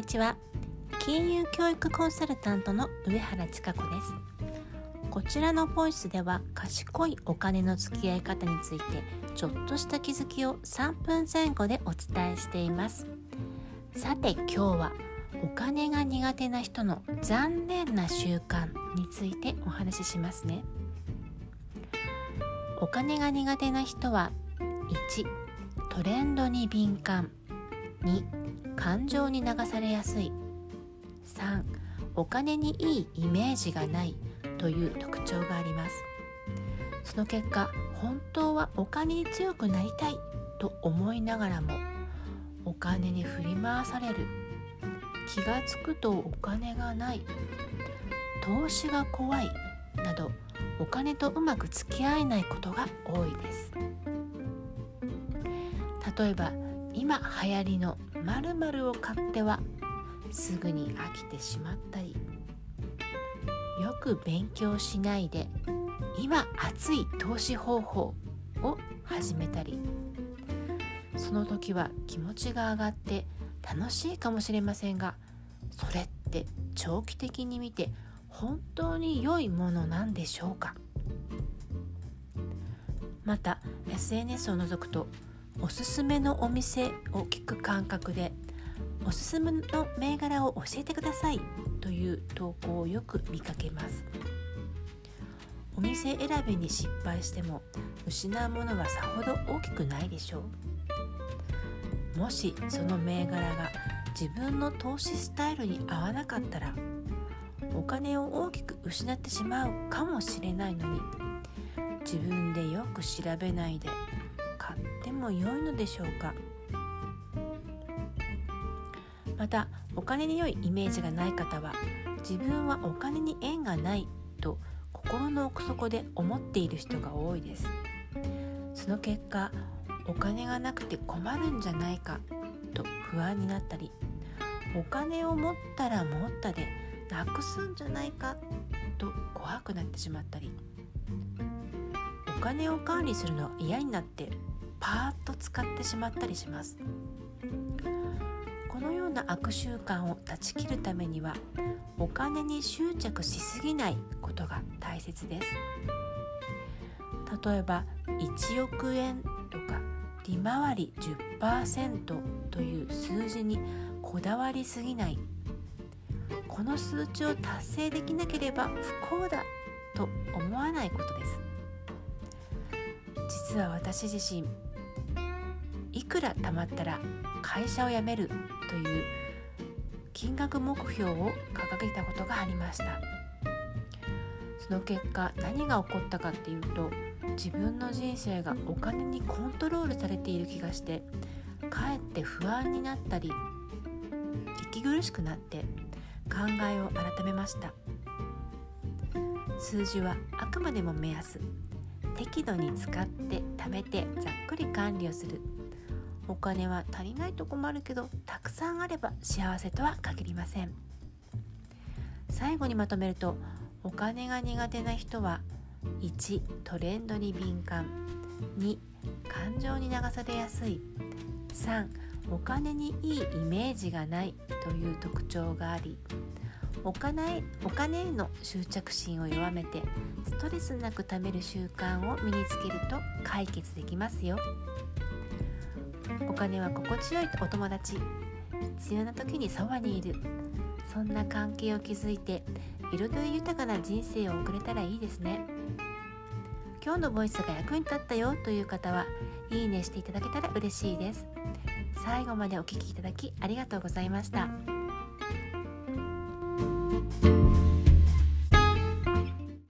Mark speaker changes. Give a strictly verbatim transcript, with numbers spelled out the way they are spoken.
Speaker 1: ちは。金融教育コンサルタントの上原千佳子です。こちらのボイスでは賢いお金の付き合い方についてちょっとした気づきをさんぷんぜん後でお伝えしています。さて今日はお金が苦手な人の残念な習慣についてお話ししますね。お金が苦手な人はいちトレンドに敏感、に感情に流されやすい、さんお金にいいイメージがないという特徴があります。その結果、本当はお金に強くなりたいと思いながらもお金に振り回される、気がつくとお金がない、投資が怖いなどお金とうまく付き合えないことが多いです。例えば今流行りの〇〇を買ってはすぐに飽きてしまったり、よく勉強しないで今熱い投資方法を始めたり、その時は気持ちが上がって楽しいかもしれませんが、それって長期的に見て本当に良いものなんでしょうか。また エスエヌエス を除くとおすすめのお店を聞く感覚でおすすめの銘柄を教えてくださいという投稿をよく見かけます。お店選びに失敗しても失うものはさほど大きくないでしょう。もしその銘柄が自分の投資スタイルに合わなかったらお金を大きく失ってしまうかもしれないのに、自分でよく調べないで買っても良いのでしょうか。またお金に良いイメージがない方は、自分はお金に縁がないと心の奥底で思っている人が多いです。その結果、お金がなくて困るんじゃないかと不安になったり、お金を持ったら持ったでなくすんじゃないかと怖くなってしまったり、お金を管理するのが嫌になってパーッと使ってしまったりします。このような悪習慣を断ち切るためには、お金に執着しすぎないことが大切です。例えばいちおくえんとか利回り じゅっパーセント という数字にこだわりすぎない、この数値を達成できなければ不幸だと思わないことです。実は私自身、いくら貯まったら会社を辞めるという金額目標を掲げたことがありました。その結果何が起こったかっていうと、自分の人生がお金にコントロールされている気がして、かえって不安になったり息苦しくなって考えを改めました。数字はあくまでも目安、適度に使って貯めてざっくり管理をする。お金は足りないと困るけど、たくさんあれば幸せとは限りません。最後にまとめると、お金が苦手な人はいちトレンドに敏感、に感情に流されやすい、さんお金にいいイメージがないという特徴があり、お金、お金への執着心を弱めてストレスなく貯める習慣を身につけると解決できますよ。お金は心地よいお友達、必要な時にそばにいる、そんな関係を築いて彩り豊かな人生を送れたらいいですね。今日のボイスが役に立ったよという方はいいねしていただけたら嬉しいです。最後までお聞きいただきありがとうございました。